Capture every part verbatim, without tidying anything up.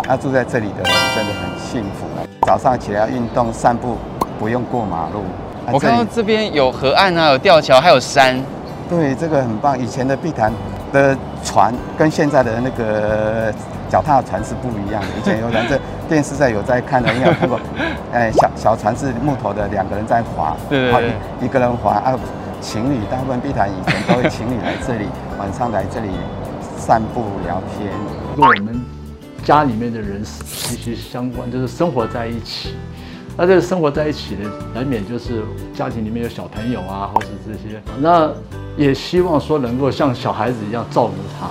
那住在这里的人真的很幸福啊！早上起来要运动散步，不用过马路。啊、 我看到这边有河岸啊，有吊桥，还有山。 对，这个很棒。以前的碧潭的船跟现在的那个脚踏船是不一样的。以前有人在电视上有在看的，应该有看过。哎，小小船是木头的，两个人在划， 对对对， 一个人划啊。情侣大部分碧潭以前都会情侣来这里，晚上来这里散步聊天。 跟我们家里面的人息息相关，就是生活在一起。那这个生活在一起呢，难免就是家庭里面有小朋友啊，或是这些，那也希望说能够像小孩子一样照顾他。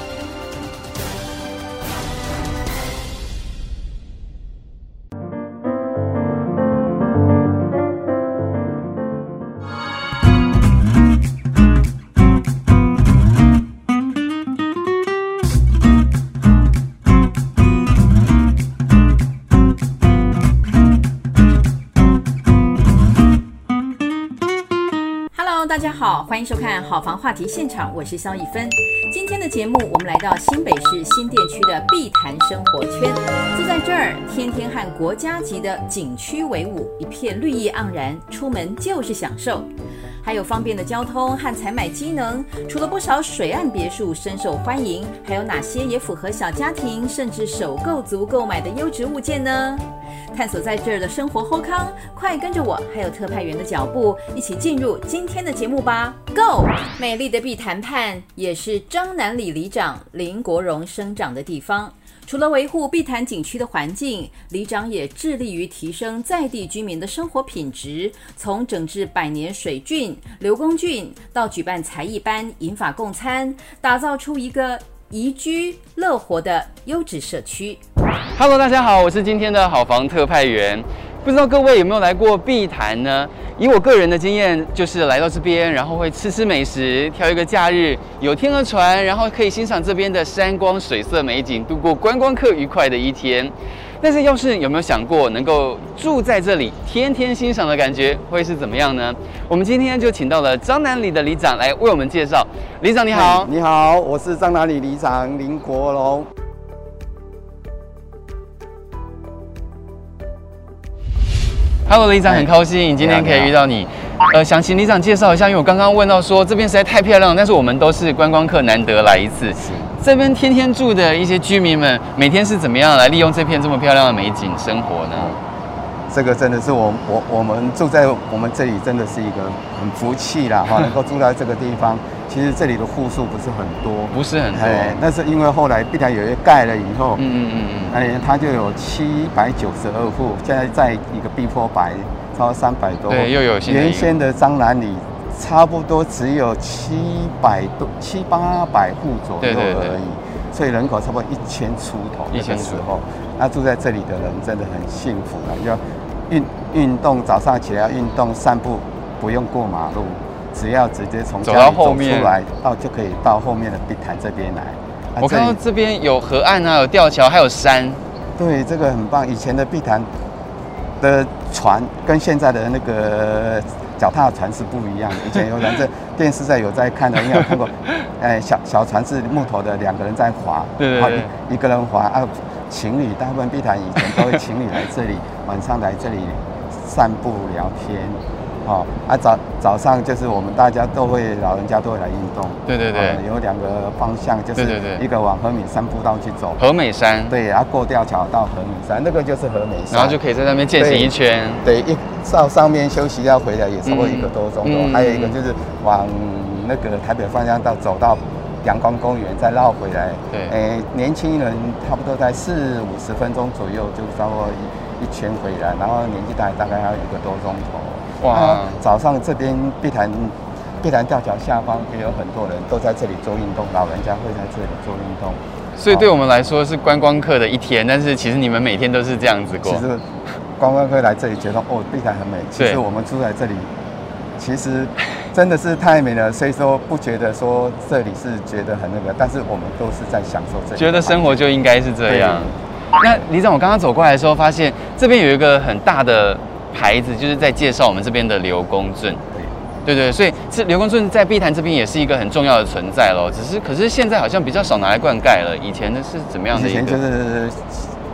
大家好，欢迎收看好房话题现场，我是萧逸芬。今天的节目，我们来到新北市新店区的碧潭生活圈，住在这儿，天天和国家级的景区为伍，一片绿意盎然，出门就是享受。还有方便的交通和采买机能，除了不少水岸别墅深受欢迎，还有哪些也符合小家庭甚至首购族购买的优质物件呢？探索在这儿的生活后康，快跟着我还有特派员的脚步，一起进入今天的节目吧 ！Go！ 美丽的碧潭畔也是张南里里长林国荣生长的地方。除了维护碧潭景区的环境，里长也致力于提升在地居民的生活品质，从整治百年水郡、刘公郡，到举办才艺班、银发共餐，打造出一个宜居乐活的优质社区。 Hello， 大家好，我是今天的好房特派员。不知道各位有没有来过碧潭呢？以我个人的经验，就是来到这边，然后会吃吃美食，挑一个假日，有天鹅船，然后可以欣赏这边的山光水色美景，度过观光客愉快的一天。但是，要是有没有想过能够住在这里，天天欣赏的感觉会是怎么样呢？我们今天就请到了张南里的里长来为我们介绍。里长你好， 你好，我是张南里里长林国荣。 Hello， 里长，很高兴今天可以遇到你。呃，想请里长介绍一下，因为我刚刚问到说这边实在太漂亮了，但是我们都是观光客，难得来一次。这边天天住的一些居民们，每天是怎么样来利用这片这么漂亮的美景生活呢？ 这个真的是我我我们住在我们这里，真的是一个很福气啦哈，能够住在这个地方。其实这里的户数不是很多， 不是很多， 哎，那是因为后来碧潭有一盖了以后， 嗯嗯嗯嗯， 哎，它就有七百九十二户，现在在一个碧波白超三百多， 对，又有原先的张南里差不多只有七百多七八百户左右而已，对对对，所以人口差不多一千出头。那个时候，那住在这里的人真的很幸福了，要运运动，早上起来要运动散步，不用过马路。只要直接从家里走出来，到就可以到后面的碧潭这边来。啊、 我看到这边有河岸啊，有吊桥，还有山。 对，这个很棒。以前的碧潭的船跟现在的那个脚踏船是不一样的。以前有人在电视上有在看的，应该有看过。哎，小小船是木头的，两个人在划， 对对对， 一个人划啊。情侣大部分碧潭以前都会情侣来这里，晚上来这里散步聊天。哦，啊早早上就是我们大家都会，老人家都会来运动。 对对对， 呃、有两个方向，就是一个往和美山步道去走。 和美山。 对，啊过吊桥到和美山，那个就是和美山。 然后就可以在那边健行一圈。 对，一到上面休息要回来也差不多一个多钟头。嗯、还有一个就是往那个台北方向到走到阳光公园再绕回来。 对， 诶，年轻人差不多在四五十分钟左右就差不多一一圈回来，然后年纪大大概要一个多钟头。哇、啊！早上这边碧潭碧潭吊桥下方也有很多人都在这里做运动，老人家会在这里做运动。 所以对我们来说是观光客的一天，但是其实你们每天都是这样子过。 其实观光客来这里觉得哦，碧潭很美。其实我们住在这里，其实真的是太美了。所以说不觉得说这里是觉得很那个，但是我们都是在享受这里。 觉得生活就应该是这样。那里长，我刚刚走过来的时候，发现这边有一个很大的牌子，就是在介绍我们这边的刘公圳。对对，所以这刘公圳在碧潭这边也是一个很重要的存在咯。只是可是现在好像比较少拿来灌溉了。以前的是怎么样的一个？ 以前就是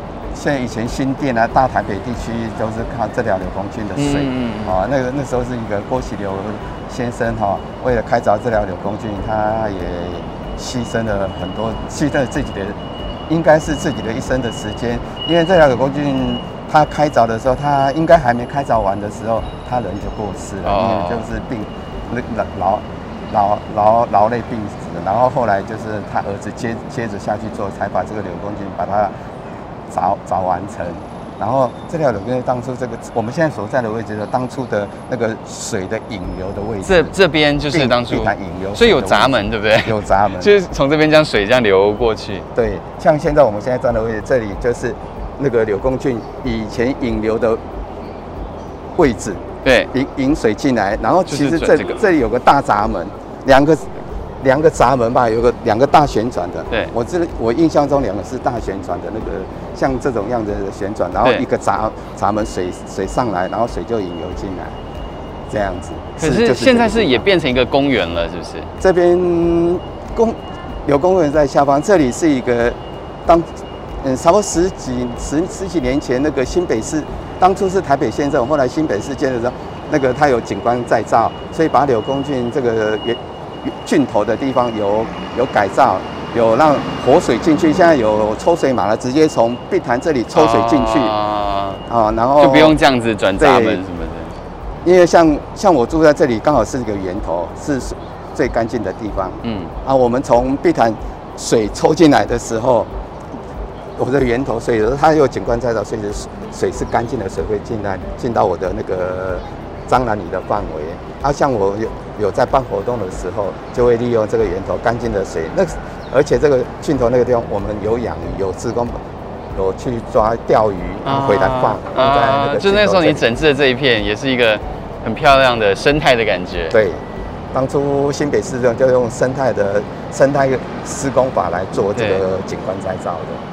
现在以前新店啊、大台北地区都是靠这条柳公郡的水，嗯嗯啊，那个那时候是一个郭启流先生哈、哦，为了开凿这条柳公郡，他也牺牲了很多，牺牲了自己的，应该是自己的一生的时间，因为这条柳公郡他开凿的时候，他应该还没开凿完的时候，他人就过世了，哦、因为就是病，那劳劳劳劳累病死，然后后来就是他儿子接接着下去做，才把这个柳公郡把它凿凿完成。然后这条柳公郡当初这个我们现在所在的位置的当初的那个水的引流的位置， 这这边就是当初碧潭引流， 所以有闸门，对不对？ 有闸门， 就是从这边这样水这样流过去。 对，像现在我们现在站的位置，这里就是那个柳公郡以前引流的位置。 对， 引引水进来，然后其实这、 这个、 这里有个大闸门，两个两个闸门吧，有个两个大旋转的。 对， 我这我印象中两个是大旋转的那个，像这种样子的旋转，然后一个闸闸门水水上来，然后水就引流进来，这样子。 可是现在是也变成一个公园了，是不是？ 这边公有公园在下方，这里是一个当嗯差不多十几十十几年前那个新北市。当初是台北县政府，后来新北市建的时候，那个它有景观再造，所以把柳公郡这个郡头的地方有有改造，有让活水进去，现在有抽水马了，直接从碧潭这里抽水进去啊、哦，然后就不用这样子转闸门什么的。 因为像像我住在这里，刚好是一个源头，是最干净的地方。嗯啊，我们从碧潭水抽进来的时候。我的源头，所以它有景观再造，所以水是干净的水会进来，进到我的那个樟栏里的范围。啊，像我有有在办活动的时候，就会利用这个源头干净的水。那而且这个郡头那个地方，我们有养鱼，有志工，有去抓钓鱼，然后回来放。 啊，在那个就那时候你整治的这一片，也是一个很漂亮的生态的感觉。 对，当初新北市政就用生态的生态施工法来做这个景观再造的。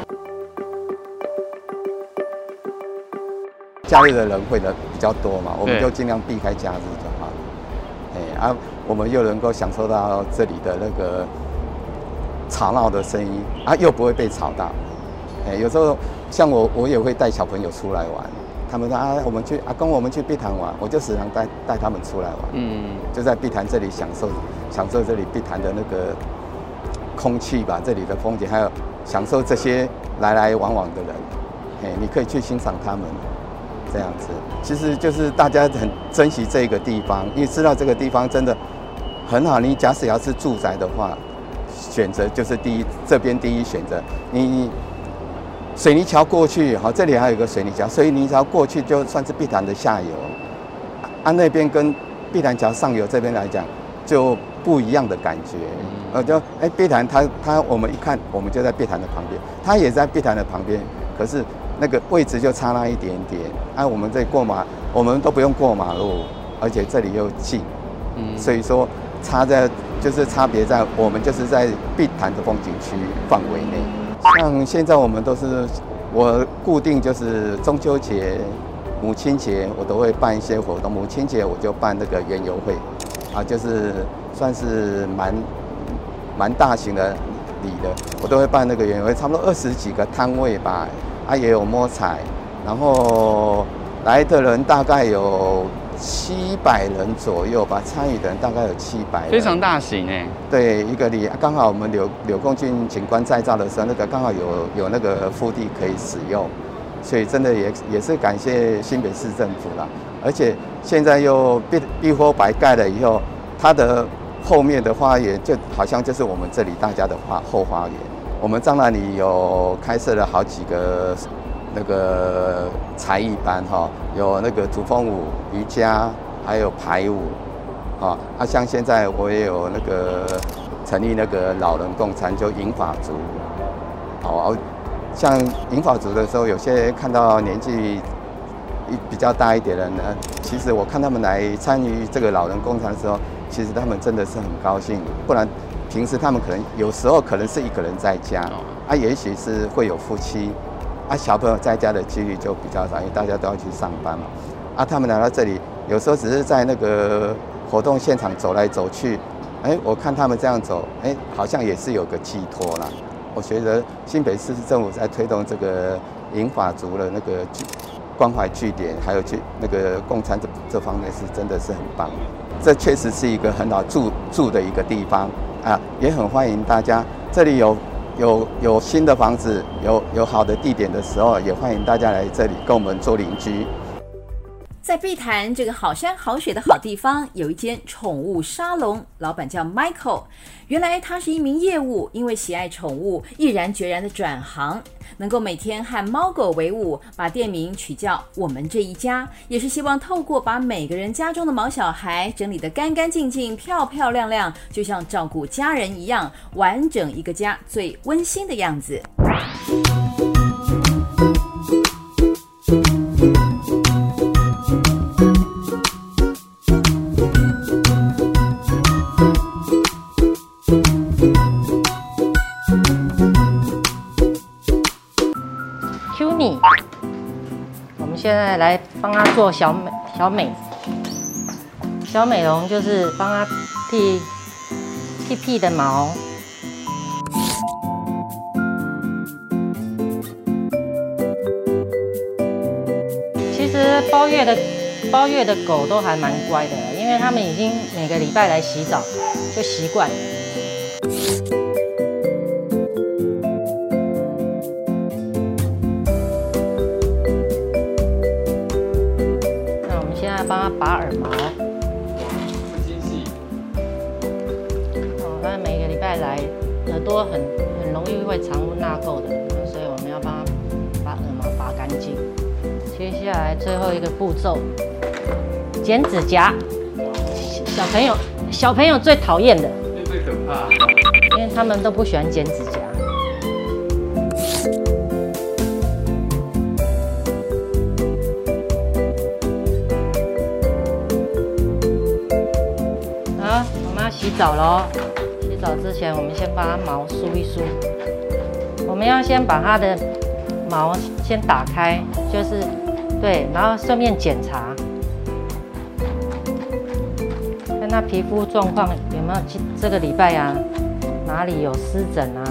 假日的人会的比较多嘛，我们就尽量避开假日就好了。哎啊，我们又能够享受到这里的那个吵闹的声音啊，又不会被吵到。哎，有时候像我，我也会带小朋友出来玩。他们说啊，我们去啊，跟我们去碧潭玩，我就时常带带他们出来玩。嗯，就在碧潭这里享受享受这里碧潭的那个空气吧，这里的风景，还有享受这些来来往往的人。哎，你可以去欣赏他们。这样子，其实就是大家很珍惜这个地方，因为知道这个地方真的很好。你假使要是住宅的话，选择就是第一，这边第一选择。你水泥桥过去，好，这里还有一个水泥桥，水泥桥过去就算是碧潭的下游，啊，那边跟碧潭桥上游这边来讲，就不一样的感觉。呃，就哎，碧潭它它我们一看，我们就在碧潭的旁边，它也在碧潭的旁边，可是。那个位置就差那一点点，啊，我们这过马，我们都不用过马路，而且这里又近，嗯，所以说差在就是差别在我们就是在碧潭的风景区范围内。像现在我们都是我固定就是中秋节、母亲节我都会办一些活动，母亲节我就办那个园游会，啊，就是算是蛮蛮大型的礼的，我都会办那个园游会，差不多二十几个摊位吧。啊，也有摸彩，然后来的人大概有七百人左右吧，参与的人大概有七百人， 非常大型哎。 对，一个里刚好我们柳柳公郡景观再造的时候，那个刚好有有那个腹地可以使用，所以真的也也是感谢新北市政府啦。而且现在又碧碧波白盖了以后，它的后面的花园就好像就是我们这里大家的花后花园。我们樟栏里有开设了好几个那个才艺班哈，有那个土风舞、瑜伽，还有排舞，啊，啊像现在我也有那个成立那个老人共餐，就银发族，好，像银发族的时候，有些看到年纪比较大一点的人呢，其实我看他们来参与这个老人共餐的时候，其实他们真的是很高兴，不然。平时他们可能有时候可能是一个人在家，啊，也许是会有夫妻，啊，小朋友在家的几率就比较少，因为大家都要去上班嘛，啊，他们来到这里，有时候只是在那个活动现场走来走去，哎，我看他们这样走，哎，好像也是有个寄托啦， 我觉得新北市政府在推动这个银发族的那个关怀据点，还有去那个共餐这这方面是真的是很棒。这确实是一个很好住住的一个地方啊，也很欢迎大家。这里有有有新的房子，有有好的地点的时候，也欢迎大家来这里跟我们做邻居。 在碧潭这个好山好水的好地方，有一间宠物沙龙，老板叫 Michael。原来他是一名业务，因为喜爱宠物，毅然决然的转行，能够每天和猫狗为伍，把店名取叫我们这一家，也是希望透过把每个人家中的毛小孩整理得干干净净、漂漂亮亮，就像照顾家人一样，完整一个家最温馨的样子。 我们现在来帮他做小美小美小美容，就是帮他剃屁屁的毛。其实包月的包月的狗都还蛮乖的，因为他们已经每个礼拜来洗澡，就习惯了。帮他拔耳毛， 不精细。 哦，他每个礼拜来，耳朵很很容易会藏污纳垢的，所以我们要帮他把耳毛拔干净。接下来最后一个步骤，剪指甲。小朋友小朋友最讨厌的， 最可怕， 因为他们都不喜欢剪指甲。洗澡咯，洗澡之前我们先把它毛梳一梳。我们要先把它的毛先打开，就是对，然后顺便检查，看它皮肤状况有没有这个礼拜啊哪里有湿疹啊。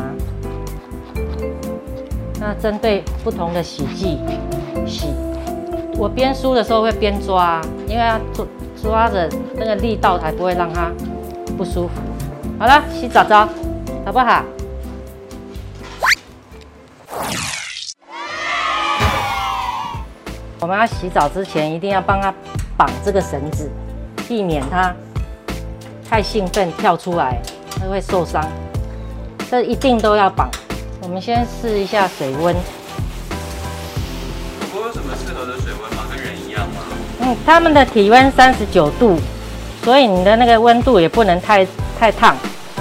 那针对不同的洗剂洗，我边梳的时候会边抓，因为要抓抓着那个力道才不会让它不舒服。好了，洗澡澡，好不好？我们要洗澡之前，一定要帮它绑这个绳子，避免它太兴奋跳出来，它会受伤。这一定都要绑。我们先试一下水温。 狗狗有什么适合的水温吗？跟人一样吗？ 嗯，它们的体温三十九度。所以你的那个温度也不能太太烫。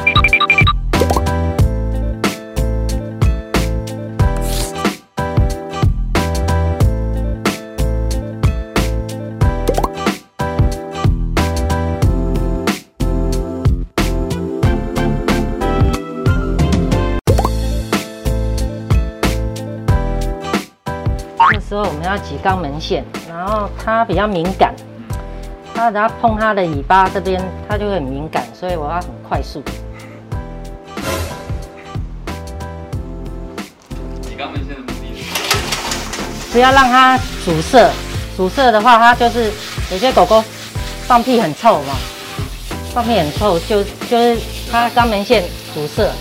这时候我们要挤肛门腺，然后它比较敏感。它只要碰它的尾巴这边，它就会很敏感，所以我要很快速。 挤肛门腺的目的是不要让它阻塞，阻塞的话，它就是有些狗狗放屁很臭嘛，放屁很臭就就是它肛门腺阻塞。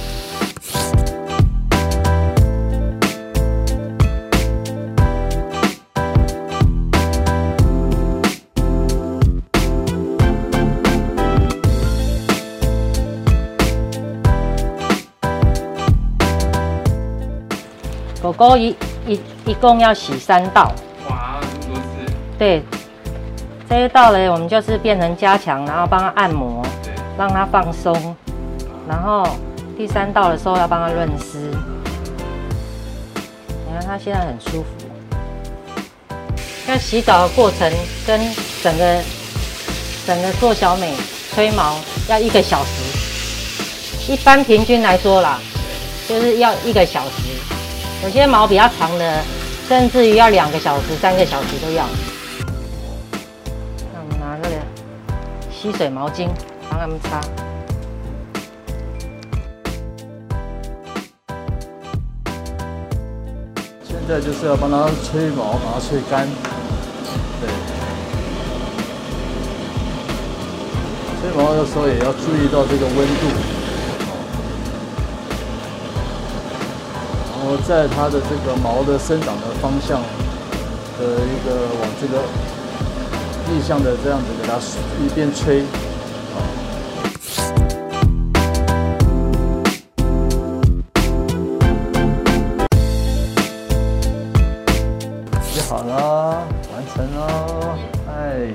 狗狗一一一共要洗三道。 哇，这么多次。 对，这一道呢，我们就是变成加强，然后帮它按摩，让它放松。然后第三道的时候要帮它润湿。你看它现在很舒服。要洗澡的过程跟整个整个做小美吹毛要一个小时，一般平均来说啦，就是要一个小时。有些毛比较长的，甚至于要两个小时、三个小时都要。那我们拿这个吸水毛巾帮他们擦。 在就是要帮它吹毛，把它吹干。对，吹毛的时候也要注意到这个温度，然后在它的这个毛的生长的方向的一个往这个逆向的这样子给它一边吹。 好了，完成了，哎，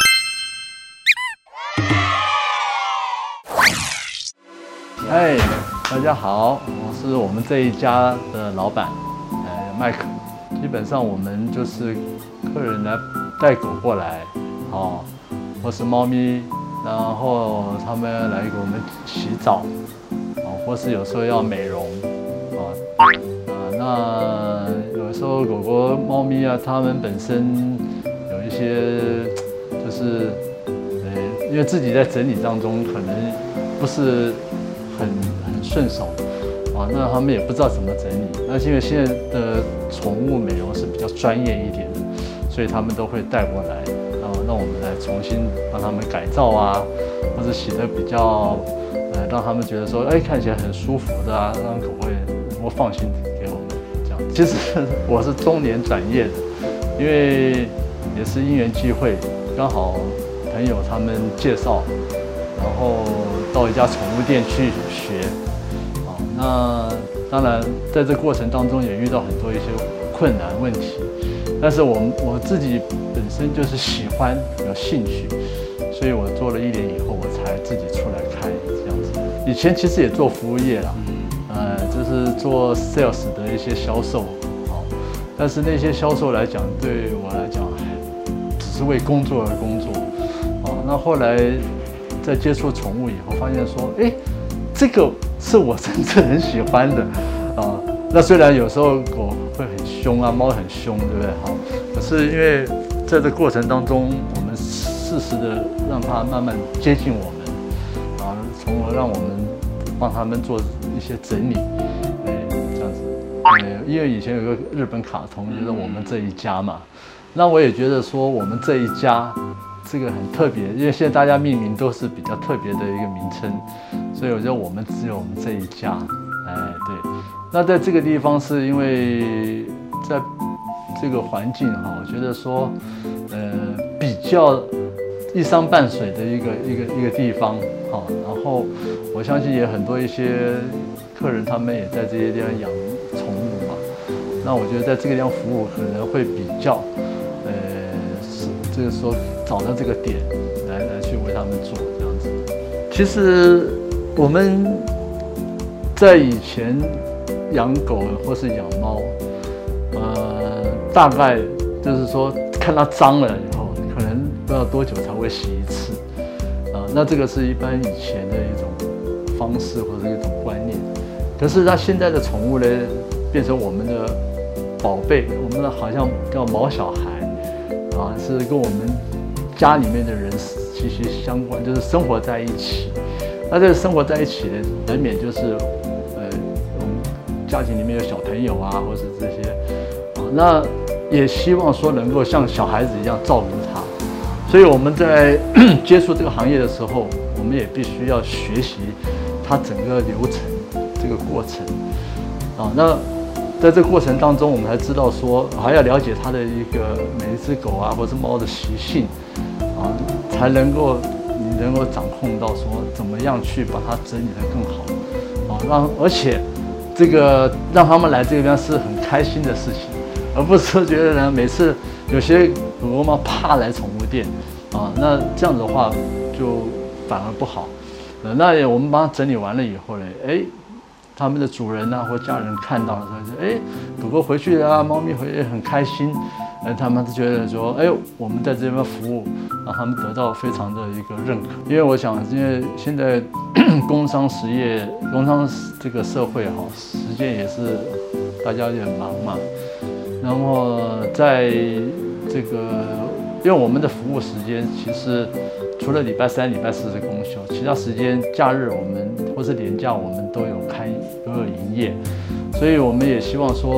哎，大家好，我是我们这一家的老板，呃，麦克。基本上我们就是客人来带狗过来，哦，或是猫咪，然后他们来给我们洗澡，哦，或是有时候要美容，啊，啊，那。 有时候狗狗、猫咪啊，它们本身有一些，就是呃，因为自己在整理当中可能不是很很顺手啊，那他们也不知道怎么整理。那因为现在的宠物美容是比较专业一点的，所以他们都会带过来，然后让我们来重新帮他们改造啊，或者洗得比较呃，让他们觉得说，哎，看起来很舒服的啊，让狗会能够放心给我们。 其实我是中年转业的，因为也是因缘际会，刚好朋友他们介绍，然后到一家宠物店去学。啊，那当然在这过程当中也遇到很多一些困难问题，但是我我自己本身就是喜欢有兴趣，所以我做了一年以后，我才自己出来开这样子。以前其实也做服务业啦。 呃，就是做 sales 的一些销售，好，但是那些销售来讲，对我来讲，只是为工作而工作，啊，那后来在接触宠物以后，发现说，哎，这个是我真正很喜欢的，啊，那虽然有时候狗会很凶啊，猫很凶，对不对？好，可是因为在这过程当中，我们适时的让它慢慢接近我们，啊，从而让我们帮他们做。 一些整理，哎，这样子，呃，因为以前有个日本卡通，就是我们这一家嘛，那我也觉得说我们这一家这个很特别，因为现在大家命名都是比较特别的一个名称，所以我觉得我们只有我们这一家，哎，对。那在这个地方是因为在这个环境哈，我觉得说，呃，比较一山半水的一个一个一个地方，好，然后我相信也很多一些。 客人他们也在这些地方养宠物嘛，那我觉得在这个地方服务可能会比较，呃，是这个时候找到这个点来来去为他们做这样子。其实我们在以前养狗或是养猫，呃，大概就是说看它脏了以后，可能不知道多久才会洗一次，啊、呃，那这个是一般以前的一种方式或者一种观念。 可是它现在的宠物呢，变成我们的宝贝，我们的好像叫毛小孩，啊，是跟我们家里面的人息息相关，就是生活在一起。那这个生活在一起呢，难免就是，呃，我们家庭里面有小朋友啊，或是这些，啊，那也希望说能够像小孩子一样照顾他。所以我们在接触这个行业的时候，我们也必须要学习它整个流程。 这个过程，啊，那在这个过程当中，我们还知道说，还要了解它的一个每一只狗啊，或者是猫的习性，啊，才能够你能够掌控到说怎么样去把它整理得更好，啊，让而且这个让他们来这边是很开心的事情，而不是觉得呢每次有些狗狗猫怕来宠物店，啊，那这样子的话就反而不好。呃，那也我们帮它整理完了以后呢，哎。 他们的主人啊或家人看到的时候，就哎，狗狗回去啊，猫咪回去很开心，呃，他们就觉得说，哎，我们在这边服务，让他们得到非常的一个认可。因为我想，因为现在工商实业、工商这个社会哈，时间也是大家有点忙嘛，然后在这个，因为我们的服务时间其实。 除了礼拜三、礼拜四是公休，其他时间假日我们或是年假我们都有开都有营业，所以我们也希望说，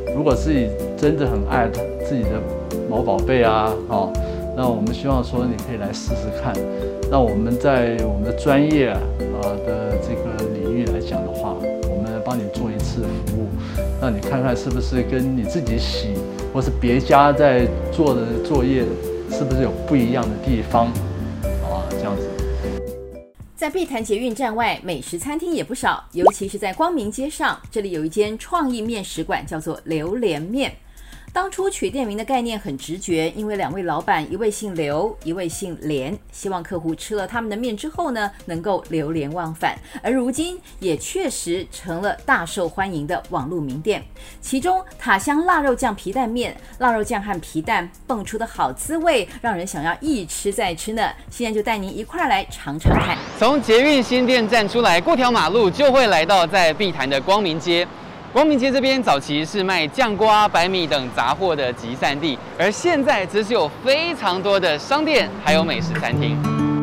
如果自己真的很爱他自己的毛宝贝啊，哦，那我们希望说你可以来试试看。那我们在我们的专业啊的这个领域来讲的话，我们帮你做一次服务，那你看看是不是跟你自己洗或是别家在做的作业是不是有不一样的地方啊？这样子。 在碧潭捷运站外，美食餐厅也不少，尤其是在光明街上，这里有一间创意面食馆，叫做榴莲面。当初取店名的概念很直觉，因为两位老板，一位姓刘，一位姓连，希望客户吃了他们的面之后呢，能够流连忘返。而如今也确实成了大受欢迎的网络名店。其中塔香腊肉酱皮蛋面，腊肉酱和皮蛋蹦出的好滋味，让人想要一吃再吃呢。现在就带您一块来尝尝看。 从捷运新店站出来，过条马路就会来到在碧潭的光明街。光明街这边早期是卖酱瓜、白米等杂货的集散地，而现在则是有非常多的商店，还有美食餐厅。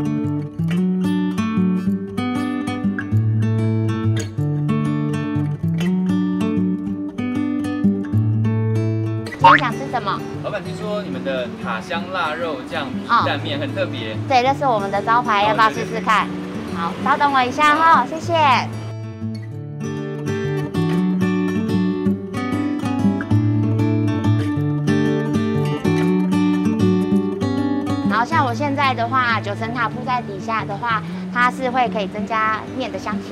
今天想吃什么？ 老板，听说你们的塔香腊肉酱皮蛋面很特别。哦、 对，这是我们的招牌，要不要试试看？好，稍等我一下哈、哦，谢谢。然后像我现在的话，九层塔铺在底下的话，它是会可以增加面的香气。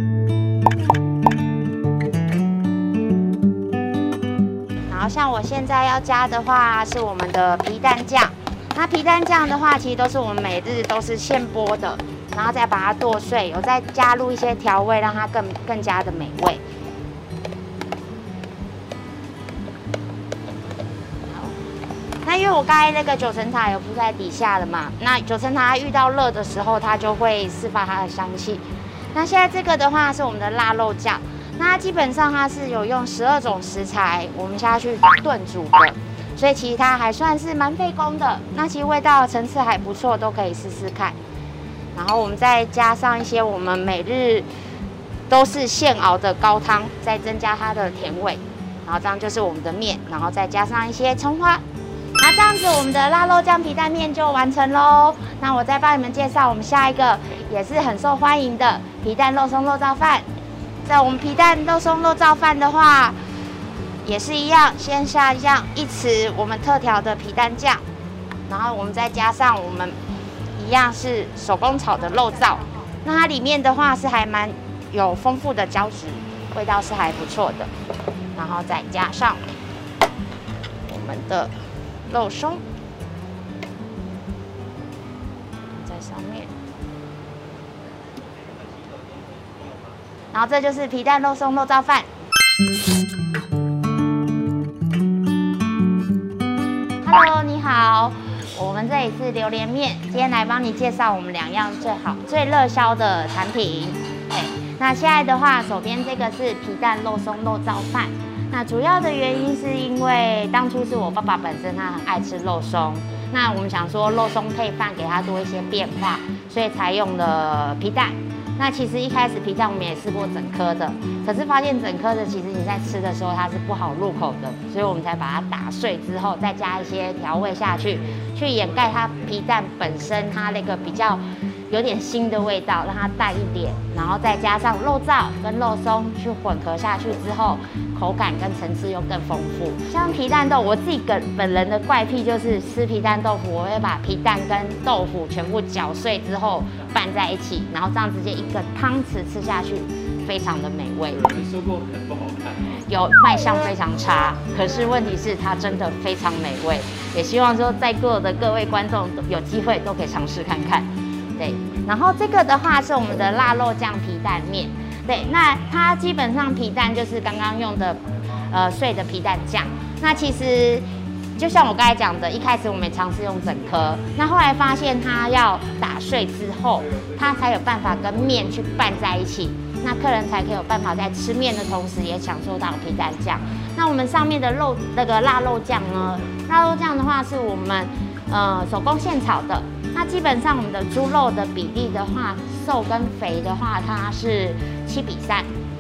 然后像我现在要加的话，是我们的皮蛋酱。那皮蛋酱的话，其实都是我们每日都是现剥的，然后再把它剁碎，有再加入一些调味，让它更更加的美味。那因为我刚才那个九层塔有铺在底下了嘛，那九层塔遇到热的时候，它就会释放它的香气。那现在这个的话是我们的腊肉酱，那它基本上它是有用十二种食材我们下去炖煮的，所以其实它还算是蛮费工的。那其实味道层次还不错，都可以试试看。然后我们再加上一些我们每日都是现熬的高汤，再增加它的甜味。然后这样就是我们的面，然后再加上一些葱花。那这样子，我们的腊肉酱皮蛋面就完成喽。那我再帮你们介绍我们下一个也是很受欢迎的皮蛋肉松肉燥饭。在我们皮蛋肉松肉燥饭的话，也是一样，先下一样一匙我们特调的皮蛋酱，然后我们再加上我们一样是手工炒的肉燥。那它里面的话是还蛮有丰富的胶质，味道是还不错的。然后再加上我们的肉松在上面，然后这就是皮蛋肉松肉燥饭。Hello， 你好，我们这里是榴莲面，今天来帮你介绍我们两样最好、最热销的产品。哎，那现在的话，手边这个是皮蛋肉松肉燥饭。那主要的原因是因为当初是我爸爸本身他很爱吃肉松，那我们想说肉松配饭给他多一些变化，所以才用了皮蛋。那其实一开始皮蛋我们也试过整颗的，可是发现整颗的其实你在吃的时候它是不好入口的，所以我们才把它打碎之后再加一些调味下去，去掩盖它皮蛋本身它那个比较有点腥的味道，让它淡一点，然后再加上肉燥跟肉松去混合下去之后，口感跟层次又更丰富。像皮蛋豆，我自己个本人的怪癖就是吃皮蛋豆腐，我会把皮蛋跟豆腐全部搅碎之后拌在一起，然后这样直接一个汤匙吃下去，非常的美味。 有人说过很不好看， 有卖相非常差，可是问题是它真的非常美味。也希望说在座的各位观众有机会都可以尝试看看。对，然后这个的话是我们的腊肉酱皮蛋面。对，那它基本上皮蛋就是刚刚用的，呃，碎的皮蛋酱。那其实就像我刚才讲的，一开始我们也尝试用整颗，那后来发现它要打碎之后，它才有办法跟面去拌在一起，那客人才可以有办法在吃面的同时也享受到皮蛋酱。那我们上面的肉那个腊肉酱呢？腊肉酱的话是我们呃手工现炒的。那基本上我们的猪肉的比例的话，瘦跟肥的话，它是七比三。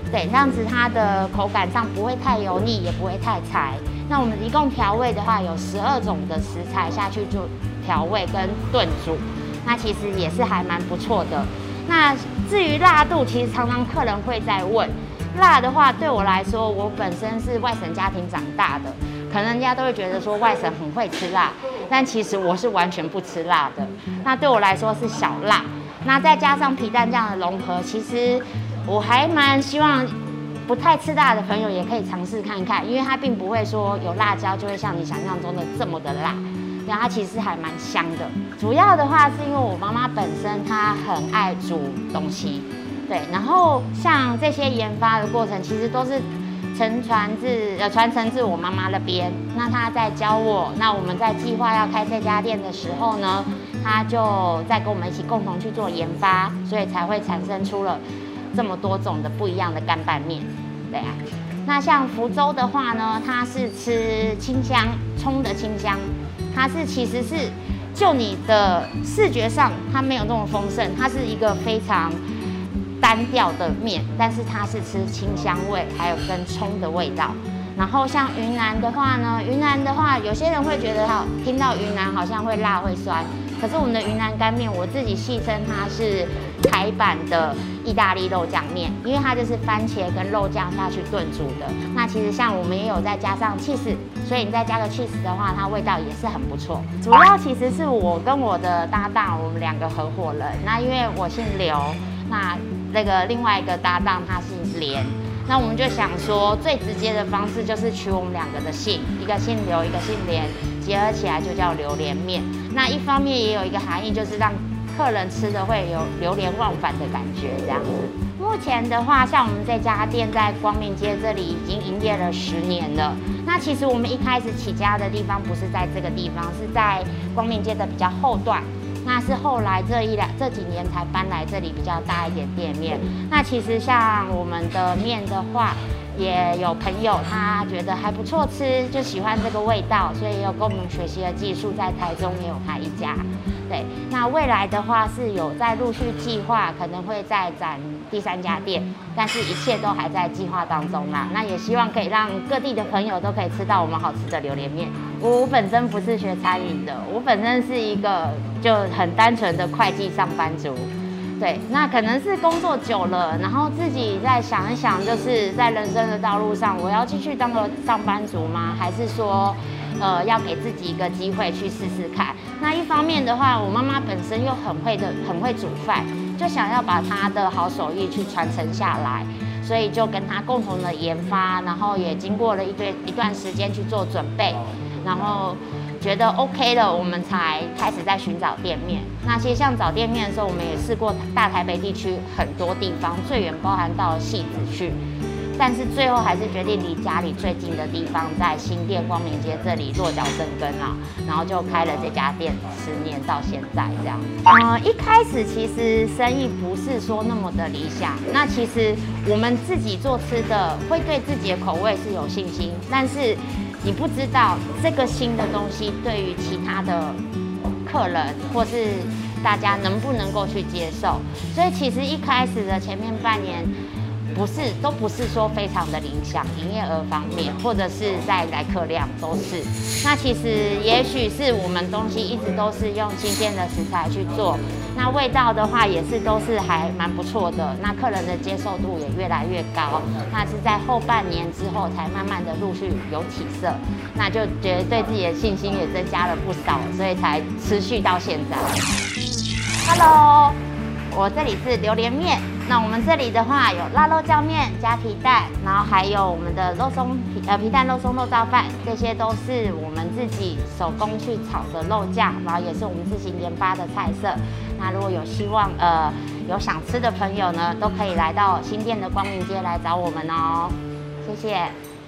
对，这样子它的口感上不会太油腻，也不会太柴。那我们一共调味的话，有十二种的食材下去做调味跟炖煮，那其实也是还蛮不错的。那至于辣度，其实常常客人会在问，辣的话对我来说，我本身是外省家庭长大的，可能人家都会觉得说外省很会吃辣，但其实我是完全不吃辣的。那对我来说是小辣，那再加上皮蛋酱的融合，其实我还蛮希望不太吃辣的朋友也可以尝试看看，因为它并不会说有辣椒就会像你想象中的这么的辣，然后它其实还蛮香的。主要的话是因为我妈妈本身她很爱煮东西，对，然后像这些研发的过程，其实都是承传自呃传承自我妈妈那边。那她在教我，那我们在计划要开这家店的时候呢，她就在跟我们一起共同去做研发，所以才会产生出了这么多种的不一样的干拌面，对啊。那像福州的话呢，它是吃清香葱的清香，它是其实是就你的视觉上它没有那么丰盛，它是一个非常单调的面，但是它是吃清香味，还有跟葱的味道。然后像云南的话呢，云南的话有些人会觉得哈，听到云南好像会辣会酸，可是我们的云南干面，我自己戏称它是台版的意大利肉酱面，因为它就是番茄跟肉酱下去炖煮的。那其实像我们也有再加上 cheese， 所以你再加个 cheese 的话，它味道也是很不错。主要其实是我跟我的搭档，我们两个合伙人。那因为我姓刘，那那个另外一个搭档他姓连。那我们就想说，最直接的方式就是取我们两个的姓，一个姓刘，一个姓连，结合起来就叫榴莲面。那一方面也有一个含义，就是让客人吃的会有流连忘返的感觉，这样子。目前的话，像我们这家店在光明街这里已经营业了十年了。那其实我们一开始起家的地方不是在这个地方，是在光明街的比较后段。那是后来这一两这几年才搬来这里比较大一点店面。那其实像我们的面的话，也有朋友他觉得还不错吃，就喜欢这个味道，所以也有跟我们学习的技术，在台中也有开一家。对，那未来的话是有在陆续计划，可能会再展第三家店，但是一切都还在计划当中啦。那也希望可以让各地的朋友都可以吃到我们好吃的榴莲面。我本身不是学餐饮的，我本身是一个就很单纯的会计上班族。对，那可能是工作久了，然后自己再想一想，就是在人生的道路上，我要继续当个上班族吗？还是说，呃，要给自己一个机会去试试看？那一方面的话，我妈妈本身又很会的，很会煮饭，就想要把她的好手艺去传承下来，所以就跟她共同的研发，然后也经过了一堆一段时间去做准备，然后觉得 OK 了，我们才开始在寻找店面。那其实像找店面的时候，我们也试过大台北地区很多地方，最远包含到汐止去，但是最后还是决定离家里最近的地方，在新店光明街这里落脚生根啊，然后就开了这家店，十年到现在这样。呃，一开始其实生意不是说那么的理想，那其实我们自己做吃的，会对自己的口味是有信心，但是你不知道这个新的东西对于其他的客人或是大家能不能够去接受，所以其实一开始的前面半年不是都不是说非常的理想，营业额方面或者是在来客量都是。那其实也许是我们东西一直都是用新鲜的食材去做，那味道的话也是都是还蛮不错的，那客人的接受度也越来越高。那是在后半年之后才慢慢的陆续有起色，那就觉得对自己的信心也增加了不少，所以才持续到现在。Hello， 我这里是榴莲面。那我们这里的话有腊肉酱面加皮蛋，然后还有我们的肉松皮呃皮蛋肉松肉燥饭，这些都是我们自己手工去炒的肉酱，然后也是我们自行研发的菜色。那如果有希望呃有想吃的朋友呢，都可以来到新店的光明街来找我们哦。谢谢。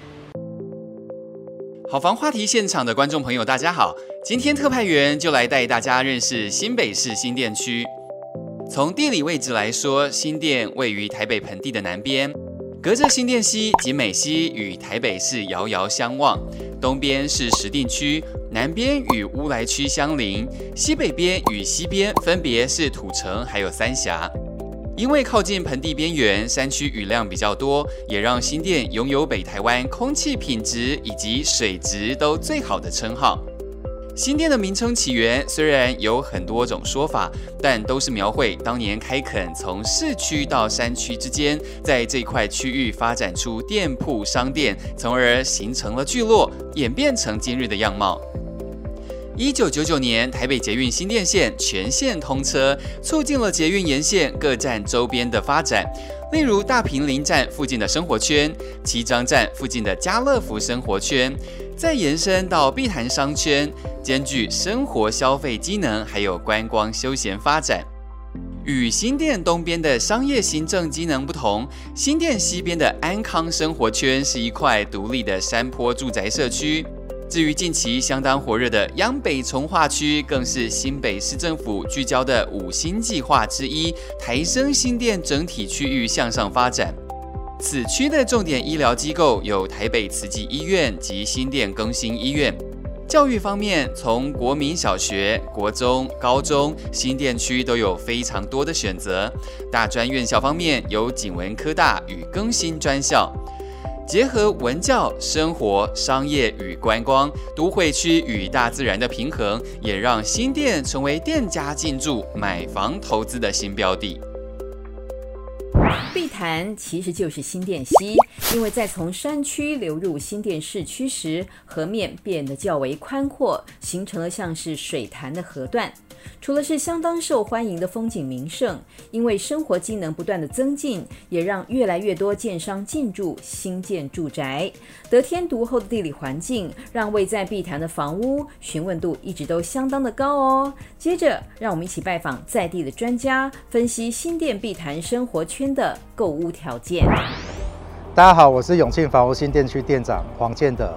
好房话题现场的观众朋友，大家好，今天特派员就来带大家认识新北市新店区。从地理位置来说，新店位于台北盆地的南边，隔着新店溪及美溪与台北市遥遥相望。东边是石碇区，南边与乌来区相邻，西北边与西边分别是土城还有三峡。 因为靠近盆地边缘，山区雨量比较多，也让新店拥有北台湾空气品质以及水质都最好的称号。新店的名称起源虽然有很多种说法，但都是描绘当年开垦从市区到山区之间，在这块区域发展出店铺商店，从而形成了聚落，演变成今日的样貌。一九九九年，台北捷运新店线全线通车，促进了捷运沿线各站周边的发展。例如大坪林站附近的生活圈，七张站附近的家乐福生活圈，再延伸到碧潭商圈，兼具生活消费机能，还有观光休闲发展。与新店东边的商业行政机能不同，新店西边的安康生活圈是一块独立的山坡住宅社区。至于近期相当火热的央北重划区，更是新北市政府聚焦的五星计划之一，抬升新店整体区域向上发展。此区的重点医疗机构有台北慈济医院及新店更新医院。教育方面，从国民小学、国中、高中，新店区都有非常多的选择。大专院校方面，有景文科大与更新专校。结合文教、生活、商业与观光，都会区与大自然的平衡，也让新店成为店家进驻、买房投资的新标的。 碧潭其实就是新店溪，因为在从山区流入新店市区时，河面变得较为宽阔，形成了像是水潭的河段。除了是相当受欢迎的风景名胜，因为生活机能不断的增进，也让越来越多建商进驻新建住宅。得天独厚的地理环境，让位在碧潭的房屋询问度一直都相当的高哦。接着，让我们一起拜访在地的专家，分析新店碧潭生活圈的购屋条件。 大家好，我是永庆房屋新店区店长黄建德。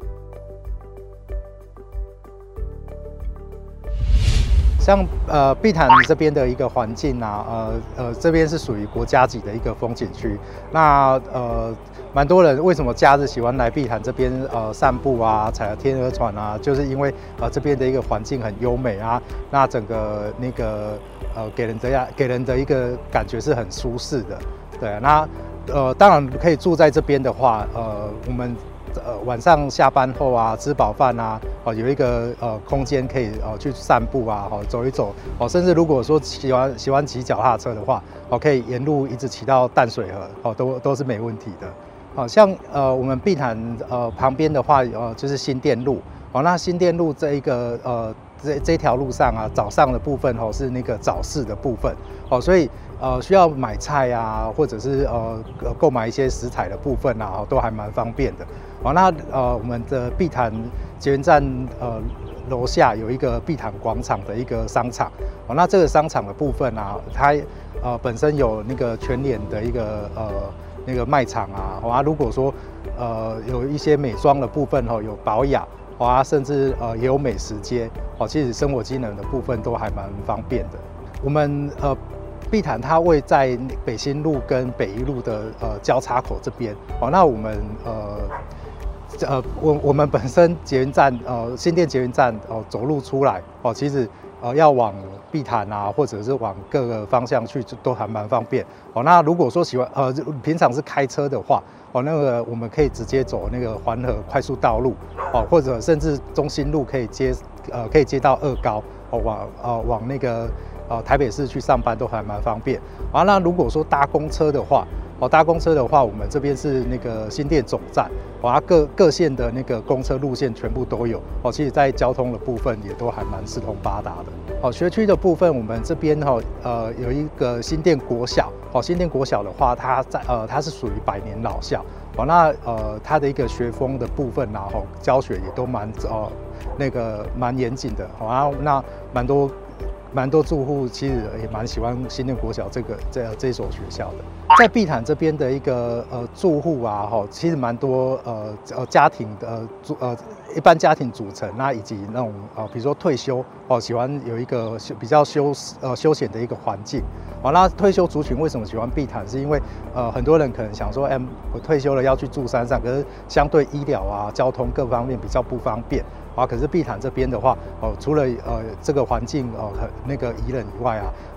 像呃碧潭这边的一个环境啊，呃呃这边是属于国家级的一个风景区。那呃蛮多人为什么假日喜欢来碧潭这边呃散步啊、踩天鹅船啊，就是因为呃这边的一个环境很优美啊，那整个那个呃给人的呀给人的一个感觉是很舒适的。对啊，那呃当然可以住在这边的话，呃我们。呃，晚上下班后啊，吃饱饭啊，哦，有一个呃空间可以呃去散步啊，哦，走一走，哦，甚至如果说喜欢喜欢骑脚踏车的话，哦，可以沿路一直骑到淡水河，哦，都都是没问题的。好像呃我们碧潭呃旁边的话，呃就是新店路，哦，那新店路这一个呃这这条路上啊，早上的部分哦是那个早市的部分，哦，所以。呃，需要买菜啊，或者是呃购买一些食材的部分啊，都还蛮方便的。好、哦，那呃我们的碧潭捷运站呃楼下有一个碧潭广场的一个商场。哦，那这个商场的部分啊，它呃本身有那个全联的一个呃那个卖场啊。好、哦、啊，如果说呃有一些美妆的部分哦，有保养。好、哦、啊，甚至呃也有美食街。哦，其实生活机能的部分都还蛮方便的。我们呃。碧潭它位在北新路跟北一路的呃交叉口这边，哦，那我们呃呃我我们本身捷运站呃新店捷运站哦、呃、走路出来哦，其实呃要往碧潭啊或者是往各个方向去都还蛮方便哦。那如果说喜欢呃平常是开车的话哦，那个我们可以直接走那个环河快速道路哦，或者甚至中心路可以接呃可以接到二高哦往呃往那个。呃，台北市去上班都还蛮方便。啊，那如果说搭公车的话，哦，搭公车的话，我们这边是那个新店总站，啊，各各线的那个公车路线全部都有。哦，其实在交通的部分也都还蛮四通八达的。哦，学区的部分，我们这边哈、哦，呃，有一个新店国小。哦，新店国小的话，它在呃，它是属于百年老校。哦，那呃，它的一个学风的部分然后、哦、教学也都蛮呃那个蛮严谨的。好、哦，然后那蛮多。蛮多住户其实也蛮喜欢新店国小这个这这所学校的。在碧潭这边的一个呃住户啊，哈，其实蛮多呃呃家庭的呃组呃一般家庭组成，那以及那种呃比如说退休哦，喜欢有一个比较休呃休闲的一个环境。好、哦，那退休族群为什么喜欢碧潭？是因为呃很多人可能想说，哎、欸，我退休了要去住山上，可是相对医疗啊、交通各方面比较不方便。啊，可是碧潭这边的话，哦，除了呃这个环境哦很那个宜人以外啊，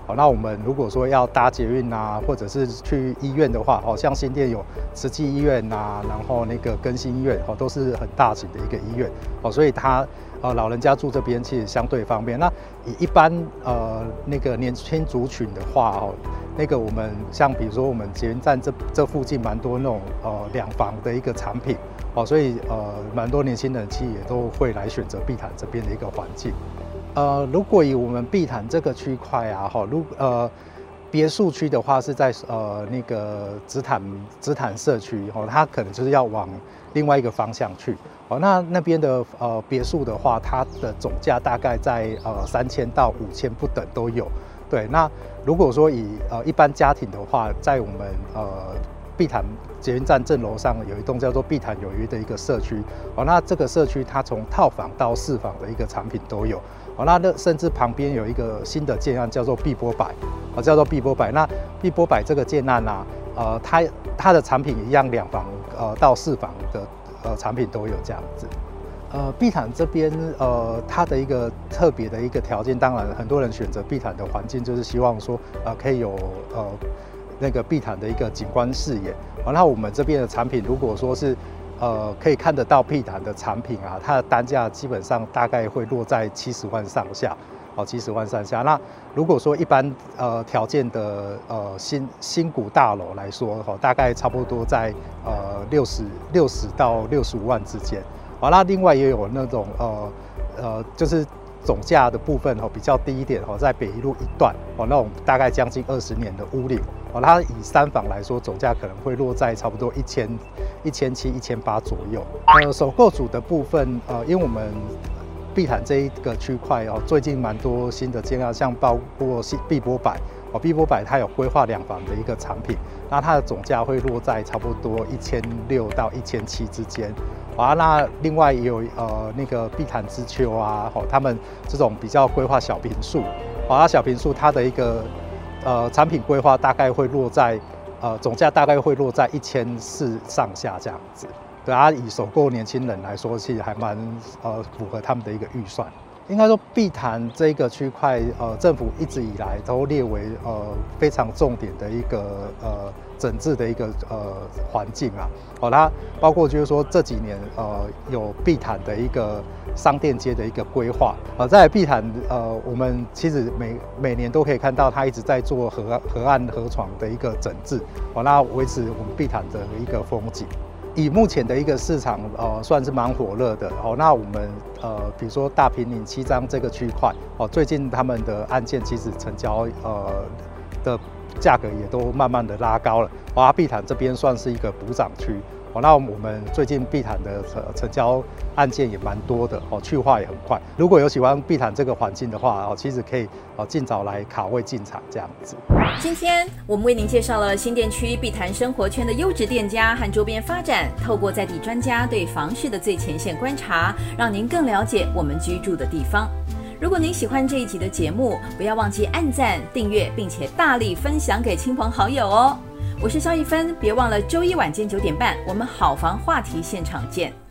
好，那我们如果说要搭捷运啊，或者是去医院的话，好像新店有慈济医院啊，然后那个更新医院，哦，都是很大型的一个医院，哦，所以他呃老人家住这边其实相对方便。那以一般呃那个年轻族群的话，哦，那个我们像比如说我们捷运站这这附近蛮多那种呃两房的一个产品，哦，所以呃蛮多年轻人其实也都会来选择碧潭这边的一个环境。呃，如果以我们碧潭这个区块啊，哈，如呃别墅区的话是在呃那个紫潭紫潭社区，哦，它可能就是要往另外一个方向去，哦，那那边的呃别墅的话，它的总价大概在呃三千到五千不等都有。对，那如果说以呃一般家庭的话，在我们呃碧潭捷运站正楼上有一栋叫做碧潭有约的一个社区，哦，那这个社区它从套房到四房的一个产品都有。哦，那那甚至旁边有一个新的建案叫做碧波柏，哦，叫做碧波柏。那碧波柏这个建案啊，呃，它它的产品一样，两房呃到四房的呃产品都有这样子。呃，碧潭这边呃它的一个特别的一个条件，当然很多人选择碧潭的环境，就是希望说呃可以有呃那个碧潭的一个景观视野。哦，那我们这边的产品，如果说是呃，可以看得到碧潭的产品啊，它的单价基本上大概会落在七十万上下，哦，七十万上下。那如果说一般呃条件的呃新新古大楼来说，哦，大概差不多在呃六十六十到六十五万之间。好，那另外也有那种呃呃就是总价的部分哦比较低一点哦，在北一路一段哦那种大概将近二十年的屋龄。哦，它以三房来说，总价可能会落在差不多一千、一千七、一千八左右。呃，首购组的部分，呃，因为我们碧潭这一个区块哦，最近蛮多新的建案，像包括碧波柏哦，碧波柏它有规划两房的一个产品，那它的总价会落在差不多一千六到一千七之间。啊，那另外也有呃那个碧潭之丘啊，哦，他们这种比较规划小坪数，啊，小坪数它的一个呃，产品规划大概会落在，呃，总价大概会落在一千四上下这样子。对啊，以首购年轻人来说，其实还蛮呃符合他们的一个预算。应该说，碧潭这个区块，呃，政府一直以来都列为呃非常重点的一个呃整治的一个呃环境啊。哦，它包括就是说这几年呃有碧潭的一个商店街的一个规划。呃，在碧潭呃，我们其实每每年都可以看到它一直在做河河岸河床的一个整治，哦，那维持我们碧潭的一个风景。以目前的一个市场，呃，算是蛮火热的哦。那我们呃，比如说大坪岭七张这个区块，哦，最近他们的案件其实成交呃的价格也都慢慢的拉高了。哇，碧潭这边算是一个补涨区。哦，那我们最近碧潭的成交案件也蛮多的哦，去化也很快。如果有喜欢碧潭这个环境的话，哦，其实可以哦尽早来卡位进场这样子。 今天我们为您介绍了新店区碧潭生活圈的优质店家和周边发展，透过在地专家对房市的最前线观察，让您更了解我们居住的地方。如果您喜欢这一集的节目，不要忘记按赞、订阅，并且大力分享给亲朋好友哦。我是肖一芬，别忘了周一晚间九点半，我们好房话题现场见。